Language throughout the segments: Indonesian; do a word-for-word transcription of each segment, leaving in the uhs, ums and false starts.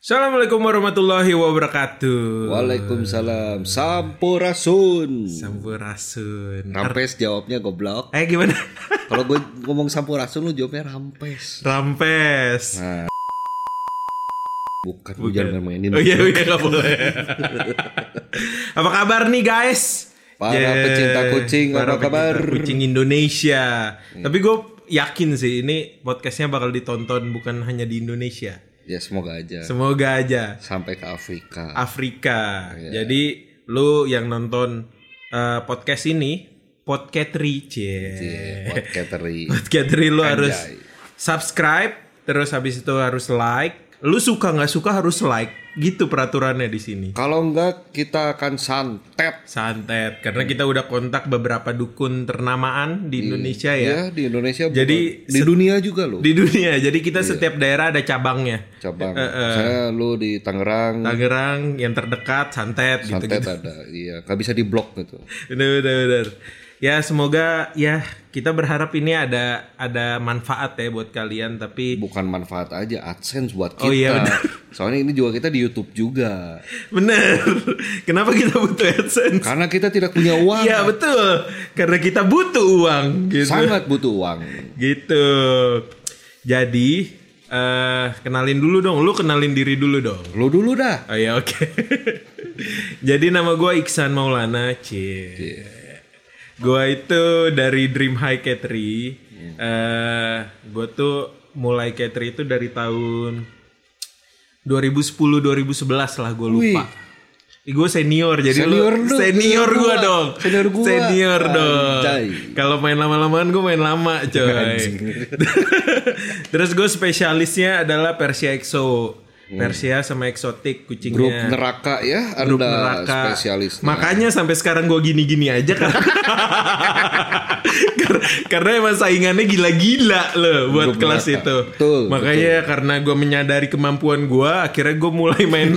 Assalamualaikum warahmatullahi wabarakatuh. Waalaikumsalam. Sampurasun. Sampurasun. Rampes jawabnya goblok. Eh gimana? Kalau gue ngomong sampurasun lu jawabnya rampes. Rampes. Nah. Bukan, Bukan. Lu jangan mainin. Oh iya iya gak boleh. Apa kabar nih guys? Para yeah. pecinta kucing, Para apa kabar? Kucing Indonesia. Hmm. Tapi gue yakin sih ini podcastnya bakal ditonton bukan hanya di Indonesia. Ya semoga aja. Semoga aja. Sampai ke Afrika. Afrika. Ya. Jadi lu yang nonton uh, podcast ini, Podcatry, cie. Podcatry. Podcatry lu Anjay. harus subscribe, terus habis itu harus like. Lu suka nggak suka harus like, gitu peraturannya di sini. Kalau enggak kita akan santet. Santet, karena kita udah kontak beberapa dukun ternamaan di, di Indonesia ya. Iya di Indonesia. Jadi di dunia juga loh. Di dunia, jadi kita iya. setiap daerah ada cabangnya. Cabang. Uh, uh, Saya lu di Tangerang. Tangerang yang terdekat Santet. Santet gitu, ada, iya. Gak bisa diblok gitu. Bener-bener. Ya semoga ya kita berharap ini ada ada manfaat ya buat kalian, tapi bukan manfaat aja, AdSense buat kita. Oh iya benar. Soalnya ini juga kita di YouTube juga. Bener. Kenapa kita butuh AdSense? Karena kita tidak punya uang. Iya betul. Karena kita butuh uang. Gitu. Sangat butuh uang. Gitu. Jadi uh, kenalin dulu dong. Lu kenalin diri dulu dong. Lu dulu dah. Oh iya oke. Okay. Jadi nama gue Iksan Maulana. Cie. Yeah. Gue itu dari Dream High Catry. hmm. uh, Gue tuh mulai Catry itu dari tahun dua ribu sepuluh dua ribu sebelas lah, gue lupa. Gue senior, jadi senior lu, senior gue dong. Senior gue. Senior dong. Kalau main lama-lamaan gue main lama coy. Terus gue spesialisnya adalah Persia Exo. Persia sama eksotik kucingnya. Grup neraka ya, Anda Grup neraka. spesialisnya. Makanya sampai sekarang gue gini-gini aja kan. Karena emang saingannya gila-gila loh buat Grup kelas neraka. Itu. Betul, Makanya betul. karena gue menyadari kemampuan gue, akhirnya gue mulai main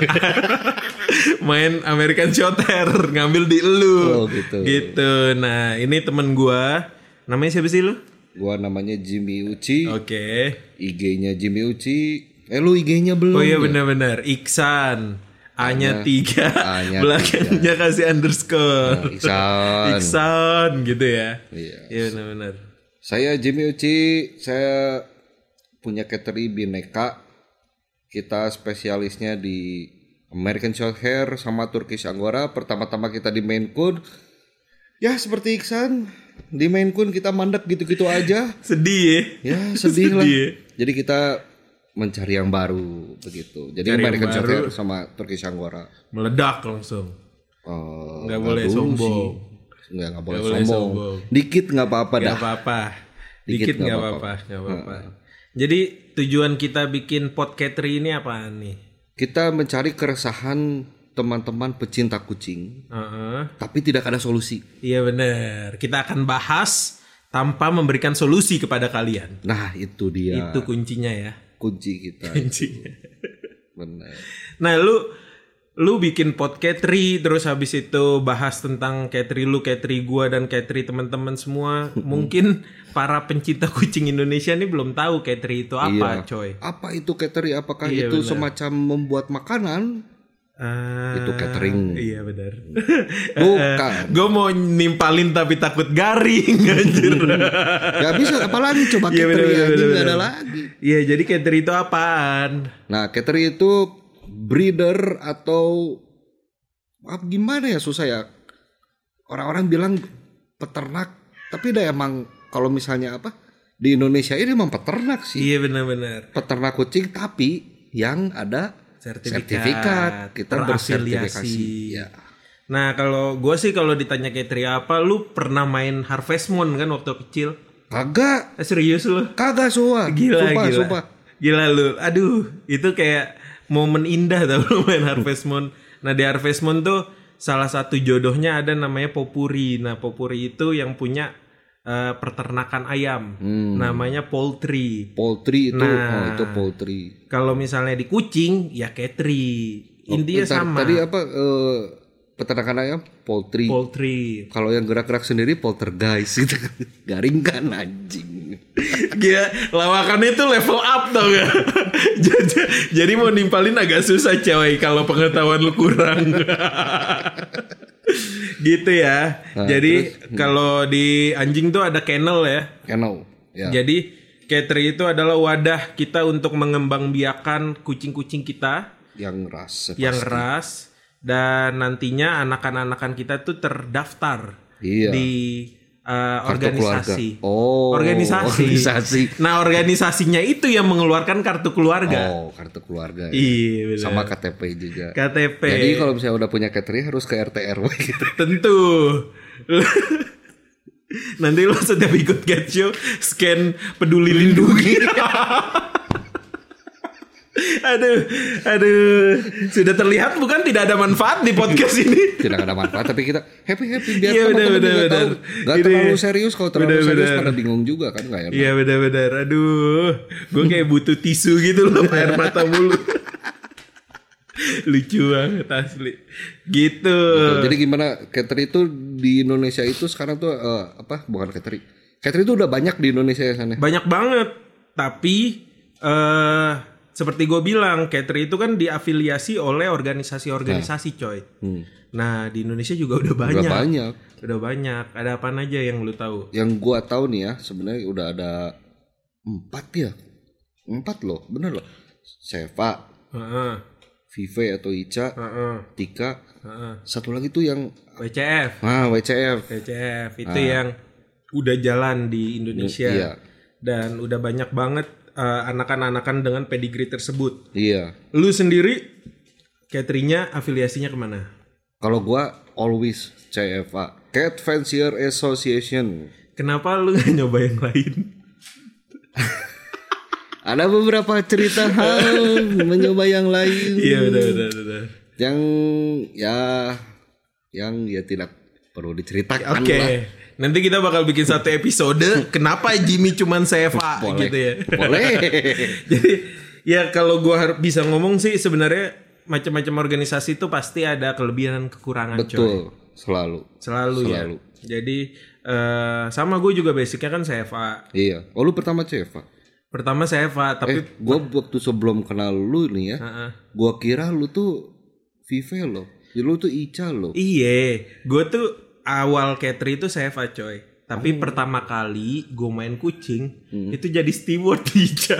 main American Shorthair, ngambil di elu. Oh, gitu. Gitu. Nah ini temen gue, namanya siapa sih lu? Gue namanya Jimmy Uci. Oke. Okay. I G-nya Jimmy Uci. Eh lu I G-nya belum? Oh iya benar-benar Iksan A-nya tiga, belakangnya kasih underscore. Nah, Iksan. Iksan gitu ya. Iya. Iya benar-benar. Saya Jimmy Uci, saya punya catering Bineka. Kita spesialisnya di American Shorthair sama Turkish Angora. Pertama-tama kita di Maine Coon. Ya seperti Iksan, di Maine Coon kita mandek gitu-gitu aja. Sedih ya? Ya sedih, sedih lah. Ya? Jadi kita mencari yang baru begitu. Jadi cari American Shorthair sama Turkish Angora meledak langsung. Uh, nggak boleh sombong. Nggak nggak boleh sombong. sombong. Dikit nggak apa-apa dah. Nggak apa-apa. Dikit nggak apa-apa. Nggak apa-apa. Uh. Jadi tujuan kita bikin Podcatry ini apa nih? Kita mencari keresahan teman-teman pecinta kucing, uh-huh. tapi tidak ada solusi. Iya benar. Kita akan bahas tanpa memberikan solusi kepada kalian. Nah itu dia. Itu kuncinya ya. Kunci kita. Kuncinya. Benar. Nah lu lu bikin Podcatry terus habis itu bahas tentang Catry lu, Catry gua dan Catry teman-teman semua. Mungkin para pencinta kucing Indonesia ini belum tahu Catry itu apa, iya. coy. Apa itu Catry? Apakah iya, itu bener. semacam membuat makanan? Uh, itu catering. Iya benar. Bukan. Gue mau nimpalin tapi takut garing anjir. Gak bisa apalagi coba iya, catering bener, aja bener, gak bener. ada lagi. Iya jadi catering itu apaan? Nah catering itu breeder atau apa gimana ya, susah ya. Orang-orang bilang peternak, tapi dah emang kalau misalnya apa di Indonesia ini emang peternak sih. Iya benar-benar. Peternak kucing tapi yang ada sertifikat, sertifikat. Kita bersertifikasi. Ya. Nah kalau gue sih kalau ditanya Catry apa, lu pernah main Harvest Moon kan waktu kecil? Kagak. Eh, serius lu? Kagak suah. Gila sumpah, gila. Sumpah. Gila lu. Aduh itu kayak momen indah tau lu main Harvest Moon. Nah di Harvest Moon tuh salah satu jodohnya ada namanya Popuri. Nah Popuri itu yang punya Uh, peternakan ayam, hmm. namanya poultry. Poultry itu, nah, oh itu poultry. Kalau misalnya di kucing, ya Catry. Oh, intinya bentar, sama. Tadi apa? Uh, peternakan ayam, poultry. Poultry. Kalau yang gerak-gerak sendiri, poltergeist gitu. Garing kan anjing. Gila, lawakannya itu level up tau gak? jadi, jadi mau nimpalin agak susah coy kalau pengetahuan lu kurang. Gitu ya. Nah, jadi kalau di anjing tuh ada kennel ya. Kennel. Ya. Jadi cattery itu adalah wadah kita untuk mengembangbiakan kucing-kucing kita yang ras. Yang pasti. ras dan nantinya anakan-anakan kita tuh terdaftar iya. di Uh, organisasi. Oh, organisasi. organisasi. Nah, organisasinya itu yang mengeluarkan kartu keluarga. Oh, kartu keluarga. Ya. Iya, benar. Sama K T P juga. K T P. Jadi kalau misalnya udah punya catering harus ke R T R W gitu. Tentu. Nanti lo setiap ikut get show scan peduli lindungi. Aduh, aduh, sudah terlihat bukan tidak ada manfaat di podcast ini. Tidak ada manfaat, tapi kita happy happy biar iya, teman-teman bener, juga bener, tahu. Gak bener. terlalu serius, kalau terlalu bener, serius bener. pada bingung juga kan nggak enak. Iya benar-benar, aduh, gue kayak butuh tisu gitu loh, air mata mulu. Lucu banget asli. Gitu. Betul. Jadi gimana catering itu di Indonesia itu sekarang tuh uh, apa? Bukan catering. Catering itu udah banyak di Indonesia ya sana. Banyak banget, tapi. Uh, Seperti gue bilang, catering itu kan diafiliasi oleh organisasi-organisasi nah. coy. Hmm. Nah di Indonesia juga udah banyak. Udah banyak. Udah banyak. Ada apa aja yang lu tahu? Yang gue tahu nih ya, sebenarnya udah ada empat ya, empat loh, bener loh. Seva, uh-uh. Vive atau Ica, uh-uh. Tika, uh-uh. satu lagi tuh yang W C F. Ah W C F. W C F itu ah. yang udah jalan di Indonesia iya. dan udah banyak banget. Uh, anakan-anakan dengan pedigree tersebut. Iya. Lu sendiri cateringnya afiliasinya kemana? Kalau gua always C F A, Cat Fancier Association. Kenapa lu gak nyoba yang lain? Ada beberapa cerita hal mencoba yang lain. Iya benar benar. Yang ya yang ya tidak perlu diceritakan okay. lah. Nanti kita bakal bikin satu episode kenapa Jimmy cuman Seva gitu ya. Boleh. Jadi ya kalau gue bisa ngomong sih sebenarnya macam-macam organisasi itu pasti ada kelebihan dan kekurangan. Betul, coy. Selalu. Selalu. Selalu ya. Jadi uh, sama gue juga basicnya kan Seva. Iya. Oh lu pertama Seva? Pertama Seva tapi eh, gue waktu sebelum kenal lu nih ya, uh-uh. gue kira lu tuh Vive loh. Lu tuh Ica loh. Iya, gue tuh awal catering itu Seva coy. Tapi oh. pertama kali gue main kucing hmm. itu jadi steward Ica.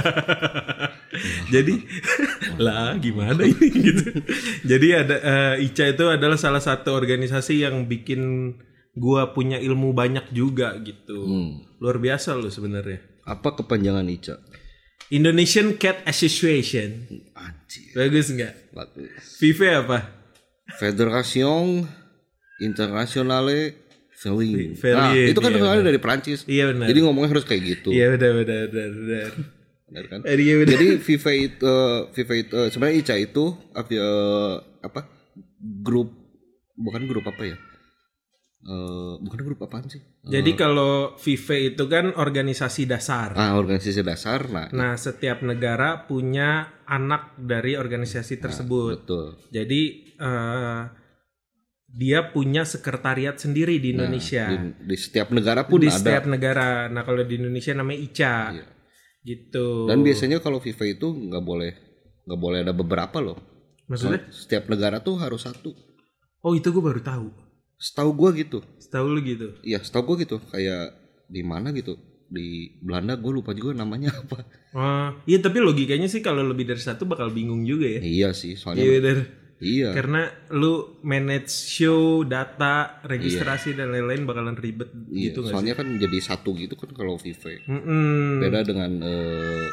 Jadi lah gimana ini gitu. Jadi ada uh, Ica itu adalah salah satu organisasi yang bikin gue punya ilmu banyak juga gitu. Hmm. Luar biasa loh sebenarnya. Apa kepanjangan Ica? Indonesian Cat Association. Anjir. Bagus nggak? Bagus. Vive apa? Federation Internationale Feline. Nah, itu kan iya, ada dari Prancis. Iya benar. Jadi ngomongnya harus kayak gitu. Iya benar benar benar. benar. Benar kan? Iya, benar. Jadi Vive itu uh, Vive itu uh, sebenarnya Ica itu uh, apa? Grup bukan grup apa ya? Uh, bukan grup apaan sih? Jadi uh, kalau Vive itu kan organisasi dasar. Ah, organisasi dasar. Nah, nah setiap negara punya anak dari organisasi tersebut. Nah, betul. Jadi uh, dia punya sekretariat sendiri di Indonesia. Nah, di, di setiap negara pun di ada. Di setiap negara. Nah kalau di Indonesia namanya Ica. Iya. Gitu. Dan biasanya kalau Vive itu nggak boleh nggak boleh ada beberapa loh. Maksudnya? Setiap negara tuh harus satu. Oh itu gue baru tahu. Setahu gue gitu. Setahu lu gitu? Iya, setahu gue gitu. Kayak di mana gitu? Di Belanda gue lupa juga namanya apa. Oh, iya tapi logikanya sih kalau lebih dari satu bakal bingung juga ya. Iya sih, soalnya. Iya bener. Iya. Karena lu manage show, data, registrasi iya. dan lain-lain bakalan ribet iya, gitu nggak soalnya sih? Kan jadi satu gitu kan kalau Vive. Mm-mm. Beda dengan uh,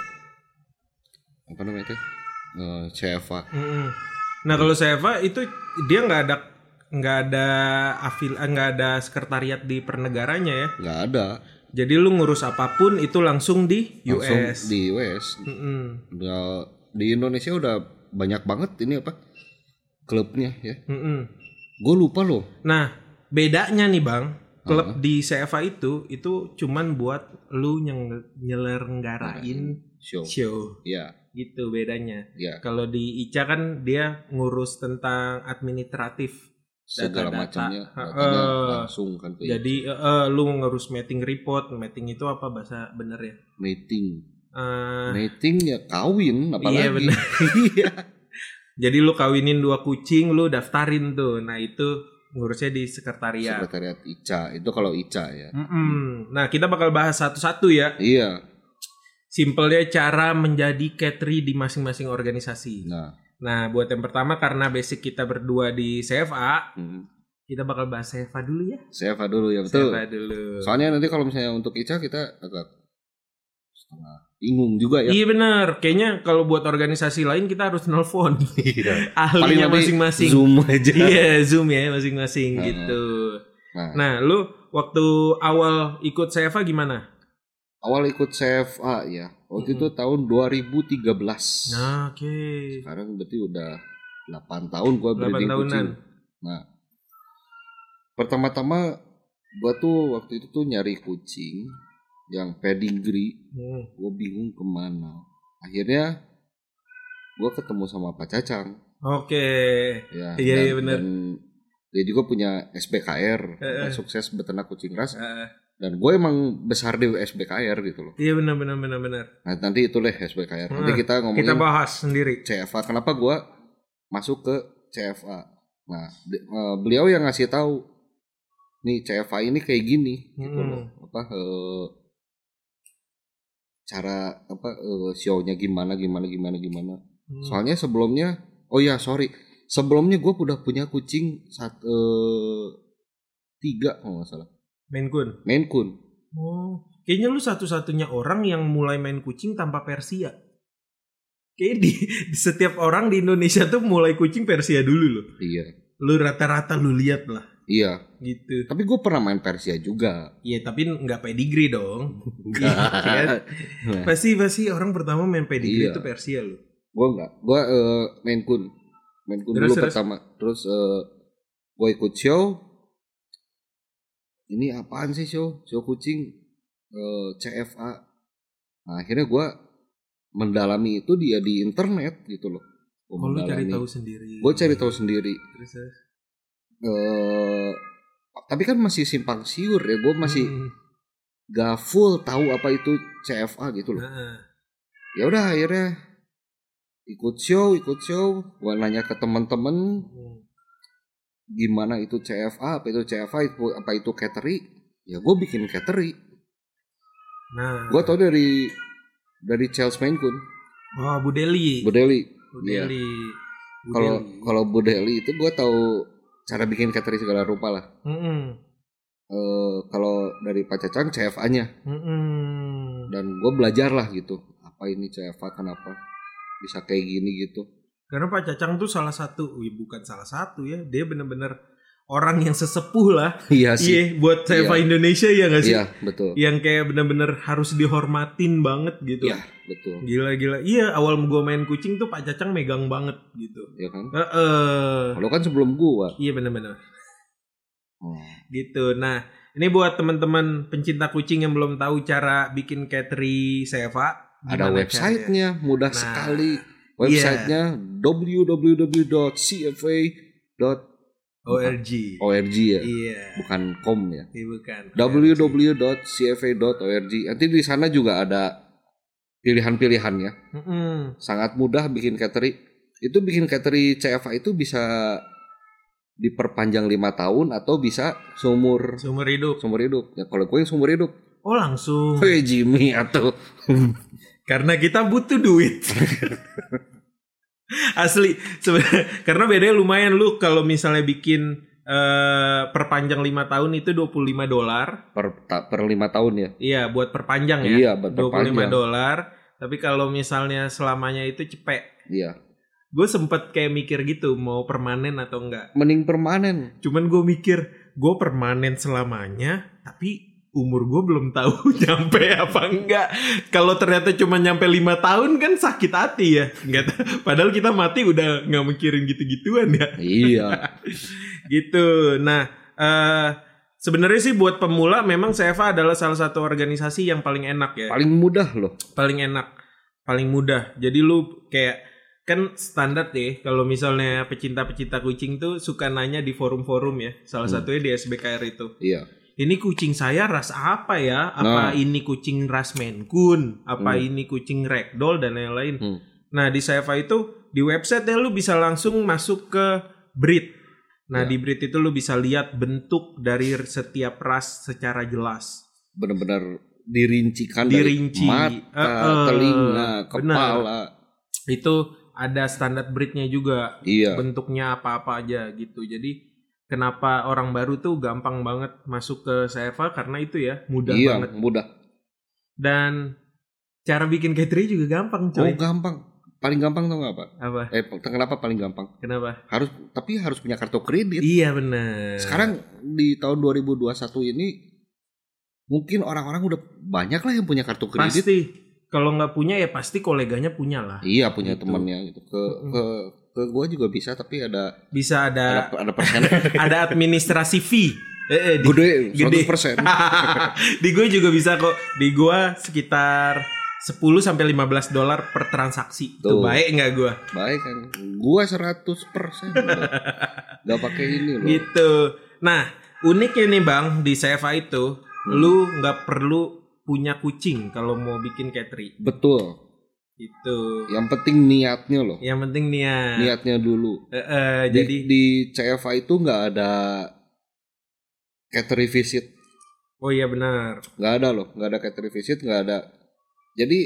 apa namanya itu? Uh, Seva. Mm-mm. Nah kalau Seva itu dia nggak ada nggak ada afil nggak ada sekretariat di pernegaranya ya? Nggak ada. Jadi lu ngurus apapun itu langsung di U S. Langsung di U S. Udah, di Indonesia udah banyak banget ini apa klubnya ya. Gue lupa loh. Nah bedanya nih bang, klub uh-huh. di Seva itu itu cuman buat lu yang nyelenggarain nah, show. Show. Ya. Gitu bedanya. Ya. Kalau di Ica kan dia ngurus tentang administratif. segala Data-data. macamnya Uh, datanya langsung kan ke Jadi uh, uh, lu ngurus mating report. Mating itu apa bahasa bener ya? mating. Uh, Mating ya kawin apalagi. Iya bener. Iya. Jadi lu kawinin dua kucing, lu daftarin tuh. Nah itu ngurusnya di sekretariat. Sekretariat I C A itu kalau I C A ya. Mm-mm. Nah kita bakal bahas satu-satu ya. Iya. Simpelnya cara menjadi catering di masing-masing organisasi. Nah, Nah buat yang pertama karena basic kita berdua di C F A, hmm. kita bakal bahas C F A dulu ya. C F A dulu ya betul. C F A dulu. Soalnya nanti kalau misalnya untuk I C A kita agak setengah bingung juga ya. Iya benar. Kayaknya kalau buat organisasi lain kita harus nelfon Iya. ahlinya masing-masing. Zoom aja. Iya Zoom ya masing-masing Nah, gitu. Nah, Nah lu waktu awal ikut C F A gimana? awal ikut C F A ya. Waktu itu tahun dua ribu tiga belas. Nah, oke. Sekarang berarti udah delapan tahun gua delapan breeding tahunan. kucing. Nah, pertama-tama gua tuh waktu itu tuh nyari kucing yang pedigree. Hmm. Gua bingung kemana. Akhirnya gua ketemu sama Pak Cacang. Oke. Ya, Iya, dan, iya, bener. dan dia juga punya S B K R, Eh, eh. sukses beternak kucing ras. Ah, Dan gue emang besar di S B K R gitu loh. iya benar benar benar benar. Nah nanti itu deh S B K R. Nanti Nah, kita ngomongin Kita bahas sendiri. C F A. Kenapa gue masuk ke C F A? Nah di- eh, beliau yang ngasih tahu nih C F A ini kayak gini gitu Hmm. loh. Apa eh, cara apa eh, show-nya gimana gimana gimana gimana. Hmm. Soalnya sebelumnya, oh ya sorry, sebelumnya gue udah punya kucing sat, eh, tiga kalau nggak salah. Maine Coon. Maine Coon. Oh, kayaknya lu satu-satunya orang yang mulai main kucing tanpa Persia. Kayak di, di setiap orang di Indonesia tuh mulai kucing Persia dulu loh. Iya. Lu rata-rata lu lihat lah Iya. gitu. Tapi gue pernah main Persia juga. Iya tapi nggak pedigree dong. Enggak. Iya, kan? Pasti pasti orang pertama main pedigree Iya. itu Persia lo. Gue enggak. Gue uh, Maine Coon. Maine Coon Terus, dulu terus? pertama. Terus uh, gue ikut show. Ini apaan sih show? Show kucing uh, C F A. Nah, akhirnya gue mendalami itu dia di internet gitu loh. Gua Oh, lu cari mendalami. tahu sendiri. Gue cari tahu sendiri. Terus, terus. Uh, tapi kan masih simpang siur ya. Gue masih Hmm. gak full tahu apa itu C F A gitu loh. Nah, Ya udah akhirnya ikut show, ikut show. Gue nanya ke teman-teman hmm. gimana itu C F A, apa itu C F A, itu, apa itu catering. Ya gue bikin catering. nah. Gue tau dari dari Charles Maine Coon, Oh, Bu Deli. Bu Deli. Bu Iya. Deli. Bu Kalau Deli. kalau Bu Deli itu gue tahu cara bikin catering segala rupa lah. Mm-mm. Eh, kalau dari Pak Cacang C F A-nya, Mm-mm. dan gue belajar lah gitu. Apa ini C F A, kenapa bisa kayak gini gitu. Karena Pak Cacang tuh salah satu, wih, bukan salah satu ya, dia bener-bener orang yang sesepuh lah. Iya sih. Iya, buat C F A Iya. Indonesia ya nggak sih? Iya betul. Yang kayak bener-bener harus dihormatin banget gitu. Iya betul. Gila-gila. Iya, awal gue main kucing tuh Pak Cacang megang banget gitu. Iya kan? Heeh. Kalau kan sebelum gua. Iya bener-bener. Oh. Gitu. Nah, ini buat teman-teman pencinta kucing yang belum tahu cara bikin catering C F A. Ada gimana websitenya, mudah Nah, sekali. Websitenya w w w dot c f a dot caranya? O R G. org ya, Iya. bukan com ya. Iya bukan. w w w dot c f a dot org. Nanti di sana juga ada pilihan-pilihannya. Mm-mm. Sangat mudah bikin catering. Itu bikin catering C F A itu bisa diperpanjang lima tahun atau bisa seumur Seumur hidup. seumur hidup. Ya kalau gue yang seumur hidup. Oh langsung. Hei Jimmy atau Karena kita butuh duit. Asli sebenarnya karena bedanya lumayan lu kalau misalnya bikin eh, perpanjang lima tahun itu dua puluh lima dolar. per ta- per lima tahun ya. Iya, buat perpanjang ya. Iya, buat dua puluh lima perpanjang. dolar. Tapi kalau misalnya selamanya itu cepet. Iya. Gue sempet kayak mikir gitu mau permanen atau enggak. Mending permanen. Cuman gue mikir gue permanen selamanya, tapi umur gue belum tahu nyampe apa enggak. Kalau ternyata cuma nyampe lima tahun kan sakit hati ya. Enggak, padahal kita mati udah nggak mikirin gitu-gituan ya. Iya. Gitu. Nah, eh sebenarnya sih buat pemula memang C F A adalah salah satu organisasi yang paling enak ya. Paling mudah loh. Paling enak, paling mudah. Jadi lu kayak kan standar deh kalau misalnya pecinta-pecinta kucing tuh suka nanya di forum-forum ya. Salah hmm. satunya di S B K R itu. Iya. Ini kucing saya ras apa ya? Apa nah. ini kucing ras Maine Coon? Apa hmm. ini kucing Ragdoll dan lain-lain? Hmm. Nah di Saeva itu di website ya lu bisa langsung masuk ke breed. Nah ya. Di breed itu lu bisa lihat bentuk dari setiap ras secara jelas. Benar-benar dirincikan Dirinci. dari mata, uh, uh, telinga, kepala. Bener. Itu ada standar breednya juga. Iya. Bentuknya apa-apa aja gitu. Jadi kenapa orang baru tuh gampang banget masuk ke Saeva karena itu ya mudah iya, banget. mudah. Dan cara bikin catering juga gampang coy. Oh gampang. Paling gampang tau gak apa? Apa? Eh kenapa paling gampang? Kenapa? Harus tapi harus punya kartu kredit. Iya benar. Sekarang di tahun dua ribu dua puluh satu ini mungkin orang-orang udah banyak lah yang punya kartu kredit. Pasti. Kalau nggak punya ya pasti koleganya punya lah. Iya punya gitu. Temannya gitu. Ke ke ke gue juga bisa tapi ada bisa ada ada, ada persen. Ada administrasi fee. Eh, eh, di, gede, gede. seratus persen. Di gue juga bisa kok. Di gue sekitar sepuluh sampai lima belas dolar per transaksi. Tuh, Tuh baik nggak gue? Baik kan. Gue seratus persen. Gak pakai ini loh. Gitu. Nah, uniknya nih Bang di Saeva itu, hmm. lu nggak perlu punya kucing kalau mau bikin catering. Betul. Itu. Yang penting niatnya loh. Yang penting niat. Niatnya dulu. Uh, uh, di, jadi di Saeva itu nggak ada catering visit. Oh iya benar. Nggak ada loh, nggak ada catering visit, nggak ada. Jadi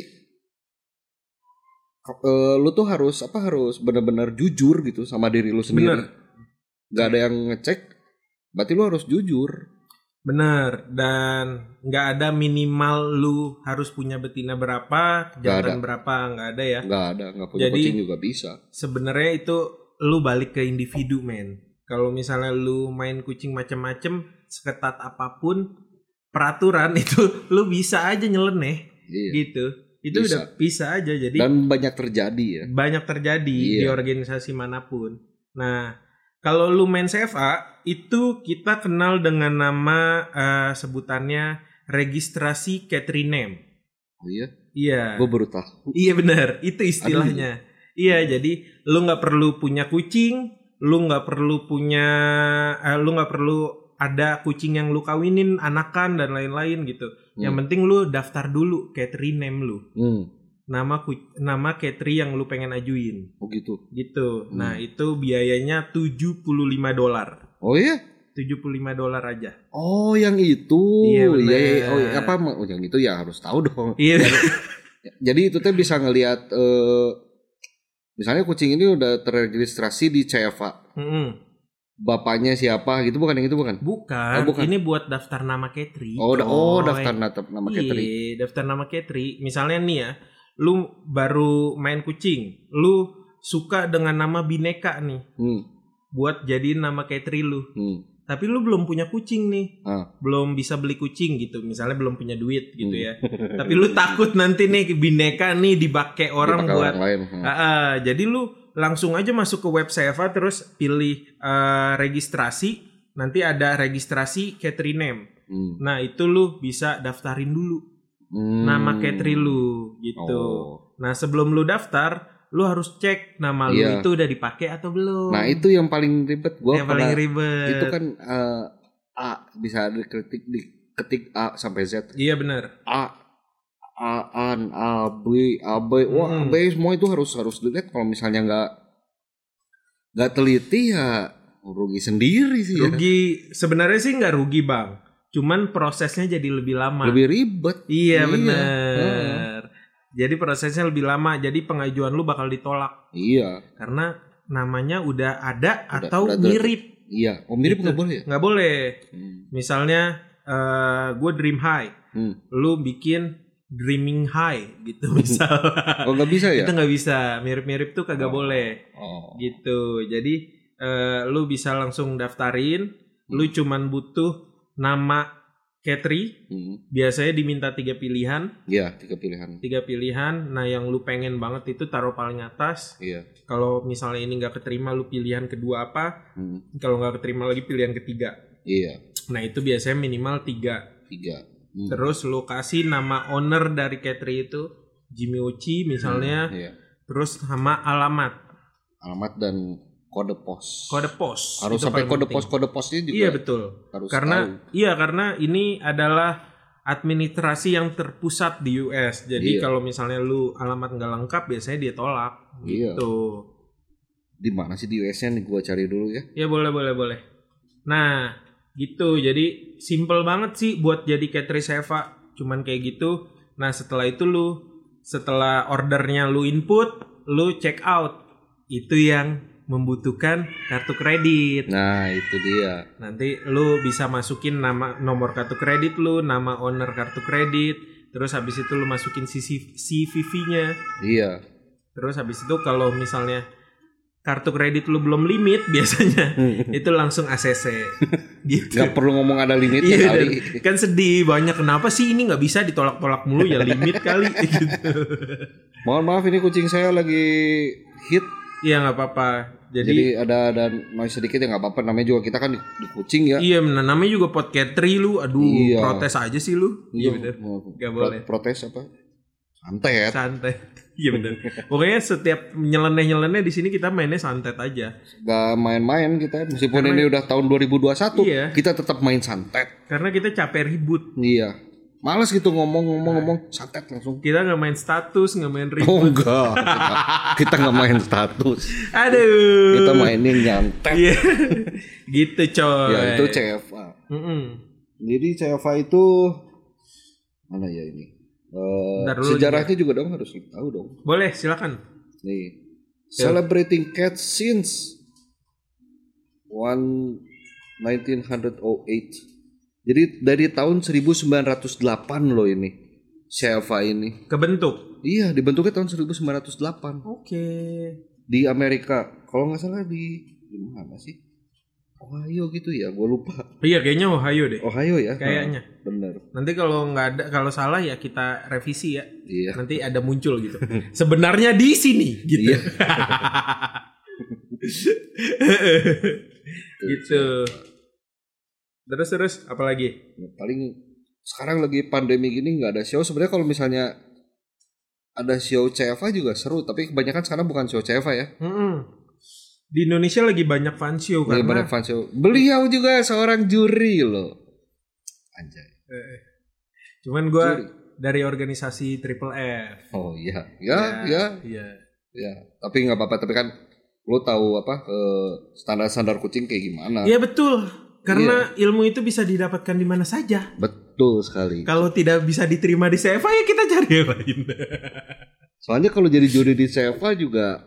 uh, lu tuh harus apa harus benar-benar jujur gitu sama diri lu sendiri. Bener. Nggak ada yang ngecek, berarti lu harus jujur. Bener, dan nggak ada minimal lu harus punya betina berapa, jantan berapa, nggak ada ya. Nggak ada, nggak punya Jadi, kucing juga bisa. Sebenarnya itu lu balik ke individu men. Kalau misalnya lu main kucing macem-macem, seketat apapun peraturan itu lu bisa aja nyeleneh, iya, gitu. Itu bisa. Udah bisa aja jadi. Dan banyak terjadi ya. Banyak terjadi iya. Di organisasi manapun. Nah. Kalau lu main Saeva, itu kita kenal dengan nama uh, sebutannya registrasi catering name. Oh iya? Iya. Gue baru tahu. Iya benar, itu istilahnya. Aduh. Iya, jadi lu nggak perlu punya kucing, lu nggak perlu punya, uh, lu nggak perlu ada kucing yang lu kawinin, anakan dan lain-lain gitu. Hmm. Yang penting lu daftar dulu catering name lu. Hmm. Nama nama catering yang lu pengen ajuin. Oh gitu. Gitu. Hmm. Nah, itu biayanya tujuh puluh lima dolar. Oh iya? tujuh puluh lima dolar aja. Oh, yang itu. Iya, bener. Ya, ya, oh, apa oh, yang itu ya harus tahu dong. Iya. Jadi, jadi itu tuh bisa ngelihat uh, misalnya kucing ini udah terregistrasi di Saeva. Mm-hmm. Bapaknya siapa gitu bukan yang itu bukan? Bukan. Oh, bukan. Ini buat daftar nama catering. Oh, oh, daftar nama catering. Iya, daftar nama catering. Misalnya nih ya, lu baru main kucing, lu suka dengan nama Bineka nih, hmm. buat jadiin nama catering lu. Hmm. Tapi lu belum punya kucing nih, ah. belum bisa beli kucing gitu, misalnya belum punya duit gitu hmm. ya. Tapi lu takut nanti nih Bineka nih dipakai orang Dipake buat, orang lain. Hmm. Uh, uh, jadi lu langsung aja masuk ke web Saeva terus pilih uh, registrasi, nanti ada registrasi catering name. Hmm. Nah itu lu bisa daftarin dulu. Hmm. Nama catering lu gitu. Oh. Nah sebelum lu daftar, lu harus cek nama lu iya. itu udah dipakai atau belum. Nah itu yang paling ribet. Gua yang paling ribet. Itu kan uh, A bisa diketik diketik A sampai Z. Iya benar. A, A, An, A, B, A, B, wah hmm. B semua itu harus harus dilihat. Kalau misalnya nggak nggak teliti ya rugi sendiri sih. Rugi ya. Sebenarnya sih nggak rugi bang. Cuman prosesnya jadi lebih lama. Lebih ribet. Iya, iya. benar. Hmm. Jadi prosesnya lebih lama. Jadi pengajuan lu bakal ditolak. Iya. Karena namanya udah ada udah, udah, atau udah, mirip. Iya. Oh mirip nggak boleh ya? Nggak boleh. Hmm. Misalnya uh, gue Dream High. Hmm. Lu bikin Dreaming High gitu misal. Oh nggak bisa ya? Itu nggak bisa. Mirip-mirip tuh kagak oh. boleh. Oh. Gitu. Jadi uh, lu bisa langsung daftarin. Hmm. Lu cuman butuh nama catering, hmm. biasanya diminta tiga pilihan. Iya, tiga pilihan. Tiga pilihan. Nah, yang lu pengen banget itu taruh paling atas. Iya. Kalau misalnya ini nggak keterima, lu pilihan kedua apa? Hmm. Kalau nggak keterima lagi pilihan ketiga. Iya. Nah, itu biasanya minimal tiga. Tiga. Hmm. Terus lu kasih nama owner dari catering itu, Jimmy Uchi misalnya. Hmm, iya. Terus sama alamat. Alamat dan kode pos. Kode pos. Harus itu sampai paling kode penting. pos kode posnya juga. Iya betul. Harus Karena tahu. iya karena ini adalah administrasi yang terpusat di U S. Jadi Iya. kalau misalnya lu alamat nggak lengkap biasanya dia tolak. Iya. Gitu. Di mana sih di U S-nya nih gua cari dulu ya. Ya boleh boleh boleh. Nah gitu. Jadi simple banget sih buat jadi catering Seva. Cuman kayak gitu. Nah setelah itu lu setelah ordernya lu input, lu check out. Itu yang membutuhkan kartu kredit. Nah, itu dia. Nanti lu bisa masukin nama nomor kartu kredit lu, nama owner kartu kredit, terus habis itu lu masukin C V V-nya. Iya. Terus habis itu kalau misalnya kartu kredit lu belum limit biasanya itu langsung A C C gitu. Gak perlu ngomong ada limitnya Iya, kali. dan kan sedih banyak kenapa sih ini nggak bisa ditolak-tolak mulu ya limit kali gitu. Mohon maaf ini kucing saya lagi hit. Iya nggak apa-apa. Jadi, Jadi ada ada noise sedikit ya nggak apa-apa. Namanya juga kita kan di, di kucing ya. iya nah, namanya juga podcatry lu. Aduh Iya. protes aja sih lu. Iya bener. Mau Gak pro- boleh. Protes apa? Santai ya. Santai. Iya benar. Pokoknya setiap nyeleneh-nyeleneh di sini kita mainnya santet aja. Gak main-main kita. Meskipun Karena- ini udah tahun dua ribu dua puluh satu, Iya. kita tetap main santet. Karena kita capek ribut. Iya. Males gitu ngomong-ngomong-ngomong santet langsung. Kita nggak main status, nggak main ribut. Oh enggak. Kita, kita nggak main status. Aduh. Kita mainin nyantet. Iya. Gitu coy. Ya itu C F A. Mm-mm. Jadi C F A itu mana ya ini? Eh, Bentar dulu sejarahnya juga dong harus tahu dong. Boleh silakan. Nih, celebrating cats since one nineteen oh eight. Jadi dari tahun seribu sembilan ratus delapan loh ini C F A ini. Kebentuk. Iya, dibentuknya tahun seribu sembilan ratus delapan Oke. di Amerika. Kalau nggak salah di di mana sih? Ohio gitu ya, gue lupa. Iya kayaknya Ohio deh. Ohio ya? Kayaknya. Nah, bener. Nanti kalau nggak ada, kalau salah ya kita revisi ya. Iya. Nanti ada muncul gitu. Sebenarnya di sini gitu. Iya. Gitu. Terus terus apa lagi? Ya, paling sekarang lagi pandemi gini nggak ada show. Sebenarnya kalau misalnya ada show C F A juga seru, tapi kebanyakan sekarang bukan show C F A ya. Mm-mm. Di Indonesia lagi banyak fan show Lagi karena banyak fan show. Beliau juga seorang juri loh. Anjay. eh, cuman gue Juri. dari organisasi Triple F. Oh iya, ya, ya, Iya. ya. Tapi nggak apa-apa. Tapi kan lo tahu apa eh, standar-standar kucing kayak gimana? Iya betul. Karena ilmu itu bisa didapatkan di mana saja. Betul sekali. Kalau tidak bisa diterima di C F A ya kita cari yang lain. Soalnya kalau jadi juri di C F A juga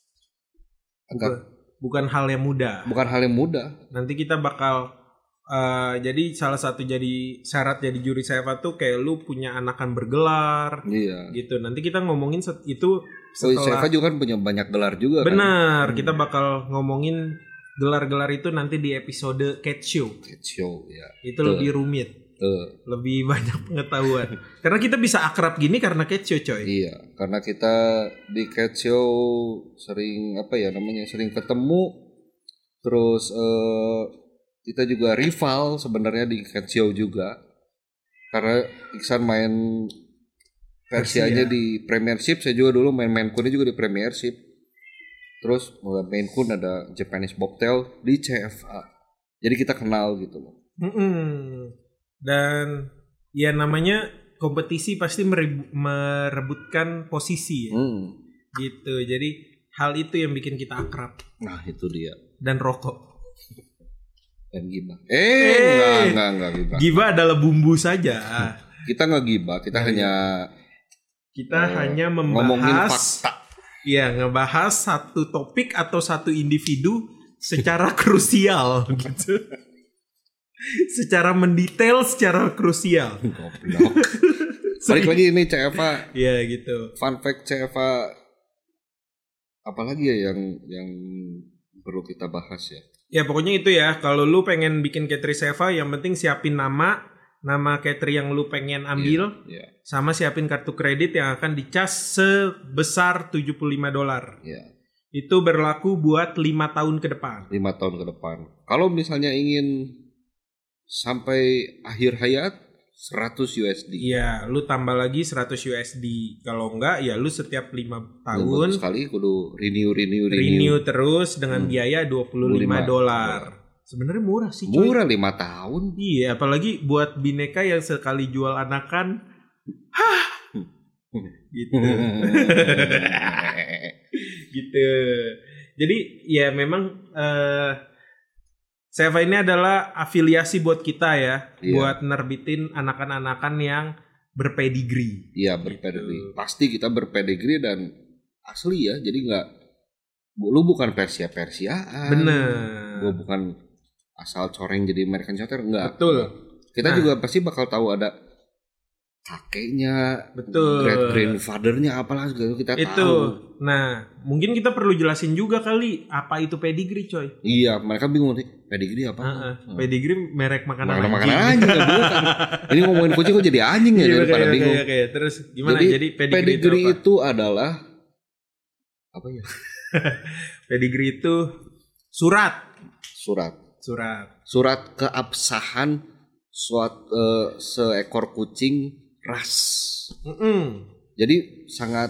agak Bukan hal yang mudah. bukan hal yang mudah. Nanti kita bakal uh, jadi salah satu jadi syarat jadi juri C F A tuh kayak lu punya anakan bergelar Iya. gitu. Nanti kita ngomongin set, itu So, C F A setelah juga kan punya banyak gelar juga kan. benar. Kita bakal ngomongin gelar-gelar itu nanti di episode Cat Show. Cat show ya. Itu Tuh. lebih rumit, Tuh. lebih banyak pengetahuan. Karena kita bisa akrab gini karena Cat Show coy. Iya, karena kita di Cat Show sering apa ya namanya sering ketemu, terus eh, kita juga rival sebenarnya di Cat Show juga, karena Iksan main versinya Persia. di Premiership, saya juga dulu main main Kun juga di Premiership, terus mulai main Kun ada Japanese Bobtail di C F A, jadi kita kenal gitu loh. Mm-mm. Dan ya namanya kompetisi pasti merib- merebutkan posisi ya. Hmm. Gitu. Jadi hal itu yang bikin kita akrab. Nah itu dia. Dan rokok. Dan gibah. Eh, enggak, enggak, enggak gibah. Gibah adalah bumbu saja. Kita nggak gibah, kita hanya Kita Eh, hanya ngomongin membahas fakta. ya ngebahas satu topik atau satu individu secara krusial gitu. Secara mendetail, secara krusial. Goblok. Balik lagi ini C F A. Ya gitu. Fun fact C F A. Apalagi ya yang yang perlu kita bahas ya. Ya pokoknya itu ya. Kalau lu pengen bikin catering C F A, yang penting siapin nama, nama catering yang lu pengen ambil, Iya. sama siapin kartu kredit yang akan dicas sebesar tujuh puluh lima dolar. Iya. Itu berlaku buat lima tahun ke depan. lima tahun ke depan. Kalau misalnya ingin sampai akhir hayat, seratus U S D. Iya, lu tambah lagi seratus U S D. Kalau enggak ya lu setiap lima Tahun tahun sekali kudu renew renew renew. renew terus dengan hmm. biaya dua puluh lima dolar. Sebenarnya murah sih coy. Murah lima tahun. Iya, apalagi buat bineka yang sekali jual anakan. Hah. Gitu. Gitu. Jadi ya memang uh, Seva ini adalah afiliasi buat kita ya, iya. buat nerbitin anakan-anakan yang berpedigri. Iya, berpedigri. Gitu. Pasti kita berpedigri dan asli ya, jadi nggak, lu bukan Persia-Persiaan. Bener. Gue bukan asal coreng jadi American Shorthair, enggak. Betul. Kita nah. juga pasti bakal tahu ada kakeknya, betul, great grandfathernya apalah segala kita itu. tahu. Nah, mungkin kita perlu jelasin juga kali apa itu pedigree, coy. Iya, mereka bingung nih, pedigree apa? Uh-uh. Hmm. Pedigree merek makanan Makanan anjing. Makanan anjing gak bukan. Ini ngomongin kucing kok jadi anjing ya, daripada okay, bingung. Okay, okay. Terus gimana? Jadi, jadi pedigree, pedigree itu, itu adalah apa ya? Pedigree itu surat. Surat. Surat. Surat keabsahan suatu uh, seekor kucing ras. Mm-mm. Jadi sangat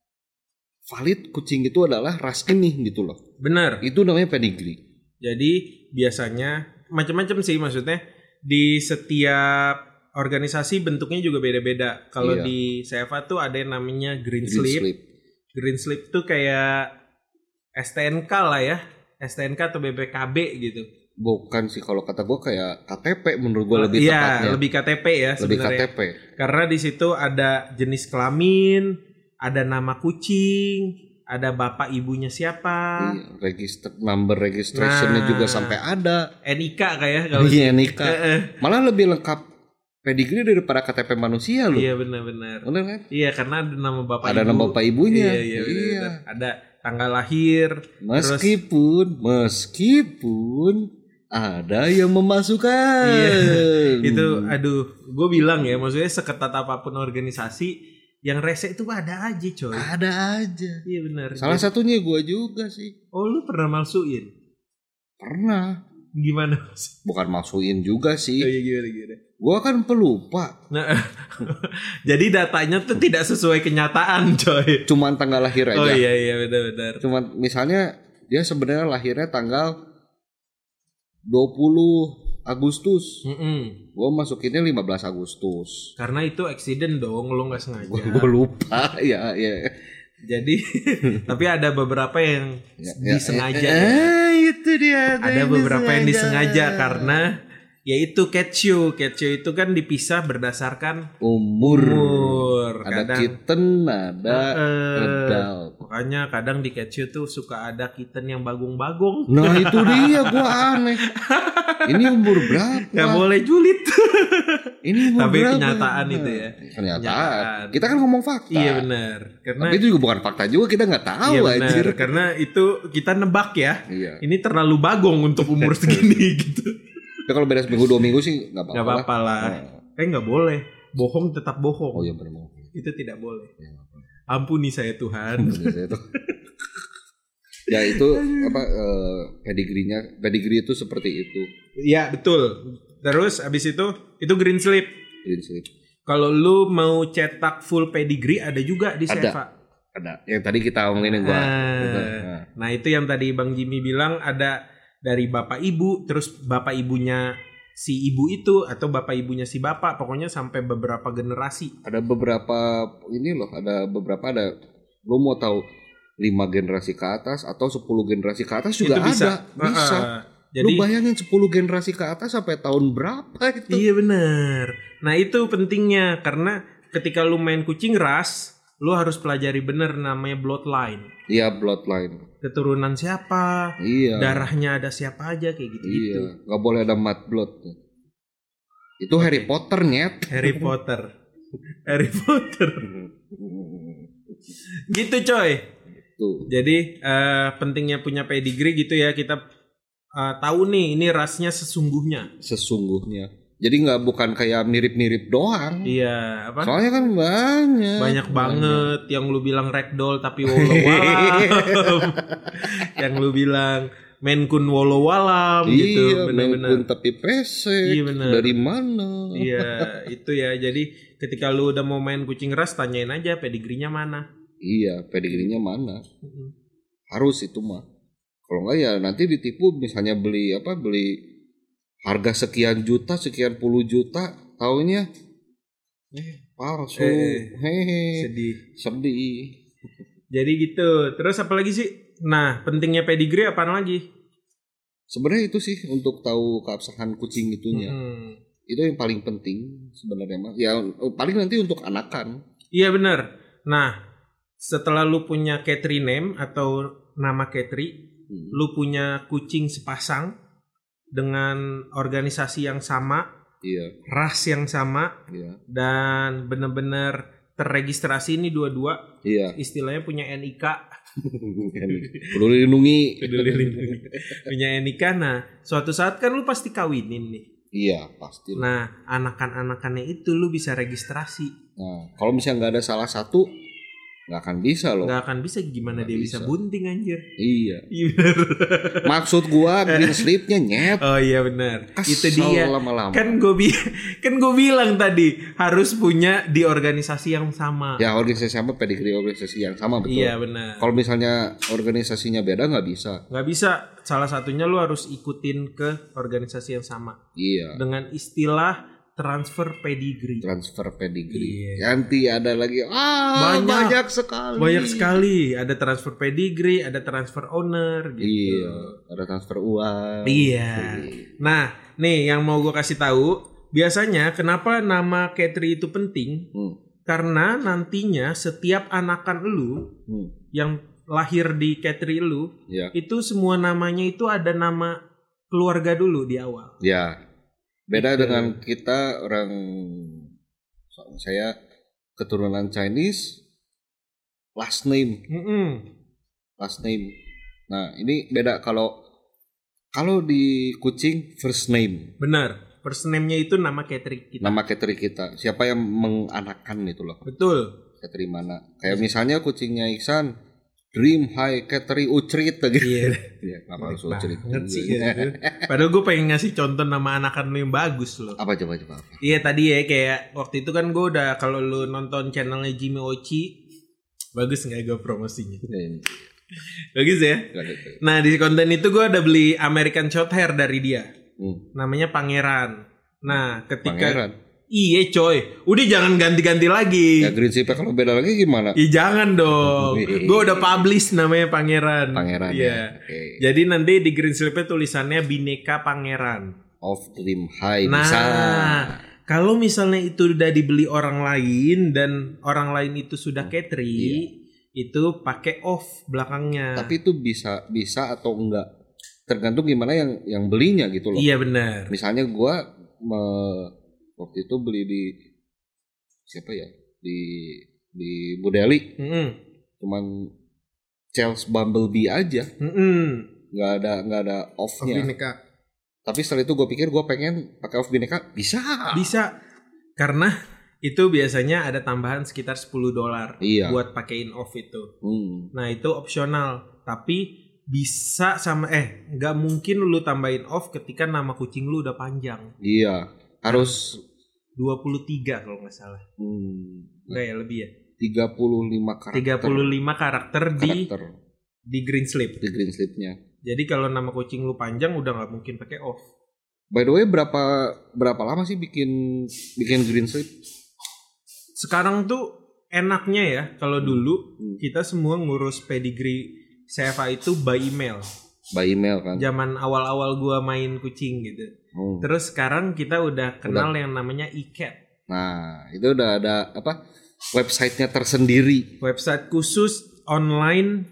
valid kucing itu adalah ras ini gitu loh. Benar. Itu namanya pedigree. Jadi biasanya macam-macam sih, maksudnya di setiap organisasi bentuknya juga beda-beda. Kalau iya. di Seva tuh ada yang namanya green, green slip. slip. Green slip tuh kayak S T N K lah ya, S T N K atau B P K B gitu. Bukan sih, kalau kata gue kayak K T P menurut gue lebih iya, tepatnya. Iya, lebih K T P ya sebenarnya. Lebih K T P. Karena di situ ada jenis kelamin, ada nama kucing, ada bapak ibunya siapa. Iya, register number registrationnya nah, juga sampai ada. N I K kayak kalau iya, N I K. Malah lebih lengkap pedigree daripada K T P manusia loh. Iya, benar-benar. Benar kan? Iya, karena ada nama bapak ada ibu. Ada nama bapak ibunya. Iya, iya, iya. Ada tanggal lahir. Meskipun, terus, meskipun ada yang memasukkan. Iya, itu aduh, gue bilang ya, maksudnya seketat apapun organisasi, yang rese itu ada aja coy. Ada aja. Iya benar. Salah jadi, satunya gue juga sih. Oh, lu pernah malsuin? Pernah. Gimana? Bukan malsuin juga sih. Oh iya, gimana gimana? Gue kan pelupa. Nah, jadi datanya tuh tidak sesuai kenyataan coy. Cuman tanggal lahir aja. Oh iya iya benar-benar. Cuman misalnya dia sebenarnya lahirnya tanggal dua puluh Agustus. Mm-mm. Gue masukinnya lima belas Agustus. Karena itu accident dong, lo gak sengaja. Gue lupa, ya, ya. Jadi, tapi ada beberapa yang ya, disengaja. Ya, ya. Eh, itu dia. Ada beberapa yang disengaja karena yaitu catch-you. Catch-you itu kan dipisah berdasarkan umur. umur. Ada kadang, kitten, ada uh, adult. Makanya kadang di catch-you tuh suka ada kitten yang bagong-bagong. Nah itu dia, gue aneh. Ini umur berapa? Gak boleh julid. Ini umur tapi berapa? kenyataan itu ya. Kenyataan. kenyataan. Kita kan ngomong fakta. Iya benar. Karena tapi itu juga bukan fakta juga, kita nggak tahu. Iya benar. Karena itu kita nebak ya. Iya. Ini terlalu bagong untuk umur segini gitu. Ya kalau beda seminggu dua minggu sih nggak apa-apa. Nggak apa-apa lah. Oh. Eh nggak boleh. Bohong tetap bohong. Oh iya benar. Itu tidak boleh. Ya, ampuni saya Tuhan. Ampuni saya Tuhan. Ya itu apa uh, pedigree-nya, pedigree itu seperti itu. Iya betul. Terus abis itu itu green slip. Green slip. Kalau lu mau cetak full pedigree ada juga di Seva. Ada. Yang tadi kita omongin gua. Nah, nah itu yang tadi Bang Jimmy bilang ada dari bapak ibu, terus bapak ibunya si ibu itu atau bapak ibunya si bapak, pokoknya sampai beberapa generasi. Ada beberapa ini loh, ada beberapa ada. Lo mau tahu lima generasi ke atas atau sepuluh generasi ke atas juga itu bisa. Ada. Bisa. Uh, jadi, lu bayangin sepuluh generasi ke atas sampai tahun berapa itu? Iya benar. Nah itu pentingnya karena ketika lu main kucing ras, lu harus pelajari bener namanya bloodline. Iya bloodline. Keturunan siapa? Iya. Darahnya ada siapa aja kayak gitu. Iya. Gak boleh ada mud blood. Itu okay. Harry Potter nyet. Harry Potter. Harry Potter. Gitu coy. Tuh. Jadi uh, pentingnya punya pedigree gitu ya, kita uh, tahu nih ini rasnya sesungguhnya. Sesungguhnya. Jadi nggak bukan kayak mirip-mirip doang. Iya. Apa? Soalnya kan banyak. Banyak banget yang lu bilang ragdoll tapi walau walau. Yang lu bilang Menkun Wolowalam gitu, iya, benar-benar. Menkun tapi pesek. Iya, benar. Dari mana? Iya, itu ya. Jadi ketika lu udah mau main kucing ras, tanyain aja pedigrinya mana. Iya, pedigrinya mana? Mm-hmm. Harus itu mah. Kalau enggak ya nanti ditipu, misalnya beli apa? Beli harga sekian juta, sekian puluh juta, taunya eh palsu. Eh, Hehe. Sedih. Sedih. Jadi gitu. Terus apa lagi sih? Nah, pentingnya pedigree apaan lagi? Sebenarnya itu sih untuk tahu keabsahan kucing itunya. Hmm. Itu yang paling penting sebenarnya mah. Ya paling nanti untuk anakan. Iya benar. Nah, setelah lu punya Ketri name atau nama Ketri, hmm. lu punya kucing sepasang dengan organisasi yang sama, iya. ras yang sama, iya. dan benar-benar terregistrasi ini dua-dua. Iya. Istilahnya punya N I K. Peduli lindungi. Peduli lindungi. Punya N I K. Nah, suatu saat kan lu pasti kawinin nih. Iya, pasti. Nah, anakan-anakannya itu lu bisa registrasi. Nah, kalau misalnya nggak ada salah satu, nggak akan bisa loh. Nggak akan bisa, gimana gak dia bisa. bisa bunting anjir. Iya. Maksud gua green slip-nya nyet. Oh iya benar. Itu dia. Lama-lama. Kan gue bi kan gue bilang tadi harus punya di organisasi yang sama. Ya organisasi sama, pedigree organisasi yang sama, betul. Iya benar. Kalau misalnya organisasinya beda nggak bisa. Nggak bisa. Salah satunya lu harus ikutin ke organisasi yang sama. Iya. Dengan istilah transfer pedigree. Transfer pedigree. Iya. Nanti ada lagi ah banyak, banyak sekali. Banyak sekali. Ada transfer pedigree, ada transfer owner gitu. Iya, ada transfer uang. Iya. Nah, nih yang mau gue kasih tahu, biasanya kenapa nama Ketri itu penting? Hmm. Karena nantinya setiap anakan lu hmm. yang lahir di Ketri lu, ya. Itu semua namanya itu ada nama keluarga dulu di awal. Ya. Beda gitu. Dengan kita orang, saya keturunan Chinese, last name, mm-hmm. last name. Nah ini beda kalau kalau di kucing first name. Benar, first name-nya itu nama Ketri kita. Nama Ketri kita. Siapa yang menganakan itu loh? Betul. Ketri mana? Kayak yes. Misalnya kucingnya Iksan. Dream High Ketri Ucrit gitu. Iya. Iya, apa harus Ucrit? Sih ya. Padahal gue pengen ngasih contoh nama anakan lu yang bagus loh. Apa coba coba apa? Iya tadi ya kayak waktu itu kan gue udah kalau lu nonton channelnya Jimmy Ochi, bagus nggak gue promosinya? Bagus ya. Nah di konten itu gue udah beli American Shorthair dari dia. Hmm. Namanya Pangeran. Nah ketika Pangeran. Iya coy, udah jangan ganti-ganti lagi. Ya green slip kalau beda lagi gimana? Iya jangan dong. Gue udah publish namanya Pangeran. Pangeran ya. ya. Okay. Jadi nanti di green slipnya tulisannya Bineka Pangeran. Of Dream High. Nah, bisa. Kalau misalnya itu udah dibeli orang lain dan orang lain itu sudah Ketri, iya. Itu pakai off belakangnya. Tapi itu bisa bisa atau enggak? Tergantung gimana yang yang belinya gitu loh. Iya benar. Misalnya gue me waktu itu beli di siapa ya di di Budeli, mm-hmm. cuman Charles Bumblebee aja, mm-hmm. nggak ada nggak ada off-nya. Off bineka. Tapi setelah itu gue pikir gue pengen pakai off bineka, bisa. Bisa, karena itu biasanya ada tambahan sekitar sepuluh dolar iya. buat pakein off itu. Hmm. Nah itu opsional, tapi bisa sama eh nggak mungkin lu tambahin off ketika nama kucing lu udah panjang. Iya. Harus dua puluh tiga kalau nggak salah. Hmm. Enggak ya, lebih ya? tiga puluh lima karakter. tiga puluh lima karakter, karakter. di di green slip. Di green slipnya. Jadi kalau nama kucing lu panjang udah nggak mungkin pakai off. By the way, berapa berapa lama sih bikin bikin green slip? Sekarang tuh enaknya ya, kalau dulu hmm. kita semua ngurus pedigree C F A itu by email. By email kan. Zaman awal-awal gua main kucing gitu. Hmm. Terus sekarang kita udah kenal udah. Yang namanya iCat. Nah, itu udah ada apa? Websitenya tersendiri. Website khusus online.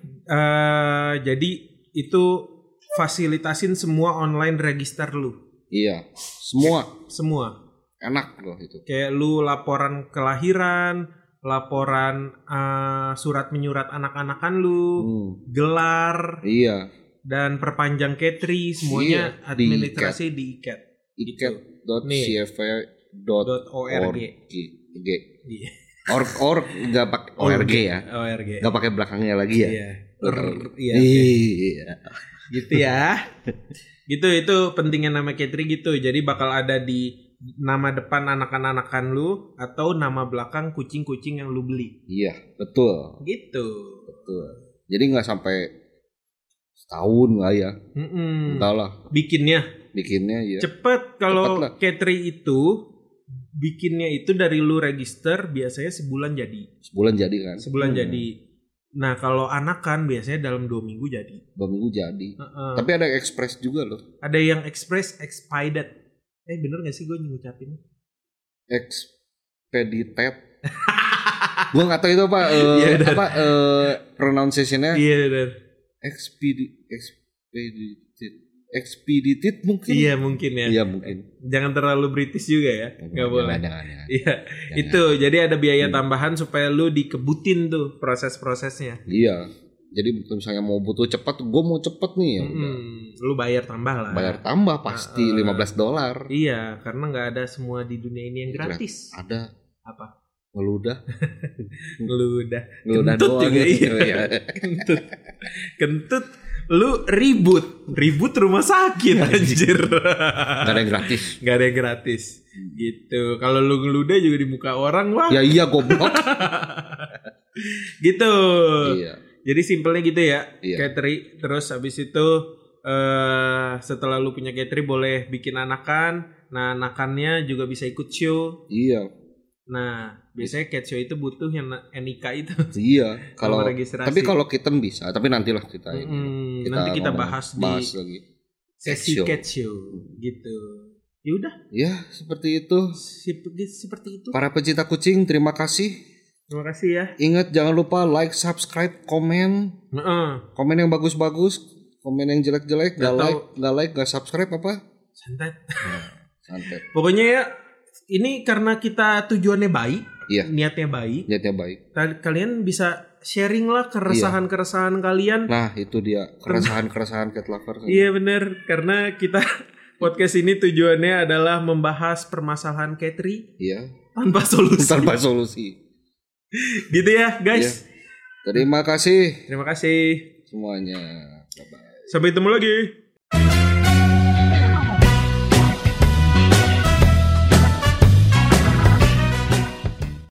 Uh, jadi itu fasilitasin semua online register lu. Iya, semua. Semua. Enak loh itu. Kayak lu laporan kelahiran, laporan uh, surat menyurat anak-anakan lu, hmm. gelar. Iya. Dan perpanjang Ketri semuanya iya, administrasi di iCat. iCat dot c f a dot org. Iya. Org org nggak pakai org ya. Org. Nggak pakai belakangnya lagi ya. Iya. Er, iya. Iya. Gitu ya. Gitu itu pentingnya nama catering gitu. Jadi bakal ada di nama depan anak-anakan lu atau nama belakang kucing-kucing yang lu beli. Iya, betul. Gitu. Betul. Jadi nggak sampai setahun lah ya. Mm-mm. Entahlah. Bikinnya. Bikinnya ya. Cepet kalau catering itu bikinnya itu dari lu register biasanya sebulan jadi. Sebulan jadi kan? Sebulan hmm. jadi. Nah kalau anakan biasanya dalam dua minggu jadi. Dua minggu jadi. Uh-uh. Tapi ada express juga loh. Ada yang express expired. Eh bener gak sih gue ngucapin? Expedited. Gue nggak tahu itu apa. Uh, yeah, apa uh, pronunciationnya? Iya yeah, benar. Expedi, expedited, expedited mungkin. Iya mungkin ya. Iya mungkin. Jangan terlalu British juga ya. Jangan, Gak boleh. Jangan, jangan, iya. Itu jadi ada biaya hmm. tambahan supaya lu dikebutin tuh proses-prosesnya. Iya. Jadi misalnya mau butuh cepat, gue mau cepet nih ya. Hmm, lu bayar tambah lah. Bayar tambah pasti uh, lima belas dolar. Iya, karena nggak ada semua di dunia ini yang gratis. Ada. Apa? Ngeludah. Ngeludah. Ngeludah Kentut doang juga gitu. iya. Kentut. Kentut. Lu ribut. Ribut rumah sakit anjir. Gak ada yang gratis. Gak ada yang gratis. Gitu. Kalau lu ngeludah juga di muka orang wah. Ya iya goblok. Gitu. Iya. Jadi simpelnya gitu ya. Iya. Catering. Terus habis itu uh, setelah lu punya catering boleh bikin anakan. Nah anakannya juga bisa ikut show. Iya. Nah, biasanya cat show itu butuh yang N I K itu. Iya, kalau registrasi. Tapi kalau kitten bisa, tapi nantilah kita ini. Hmm, kita nanti kita bahas, bahas di lagi. sesi cat show, cat show gitu. Ya udah. Ya, seperti itu. Seperti itu. Para pecinta kucing, terima kasih. Terima kasih ya. Ingat jangan lupa like, subscribe, komen. Uh-uh. Komen yang bagus-bagus, komen yang jelek-jelek, enggak like, enggak like, enggak subscribe apa? Santai. Nah, santai. Pokoknya ya ini karena kita tujuannya baik, iya. niatnya baik. Niatnya baik. Kalian bisa sharing lah keresahan-keresahan iya. kalian. Nah, itu dia keresahan-keresahan cat lover. Iya benar, karena kita podcast ini tujuannya adalah membahas permasalahan catering. Iya. Tanpa solusi. Tanpa solusi. Gitu ya, guys. Iya. Terima kasih. Terima kasih semuanya. Bye-bye. Sampai ketemu lagi.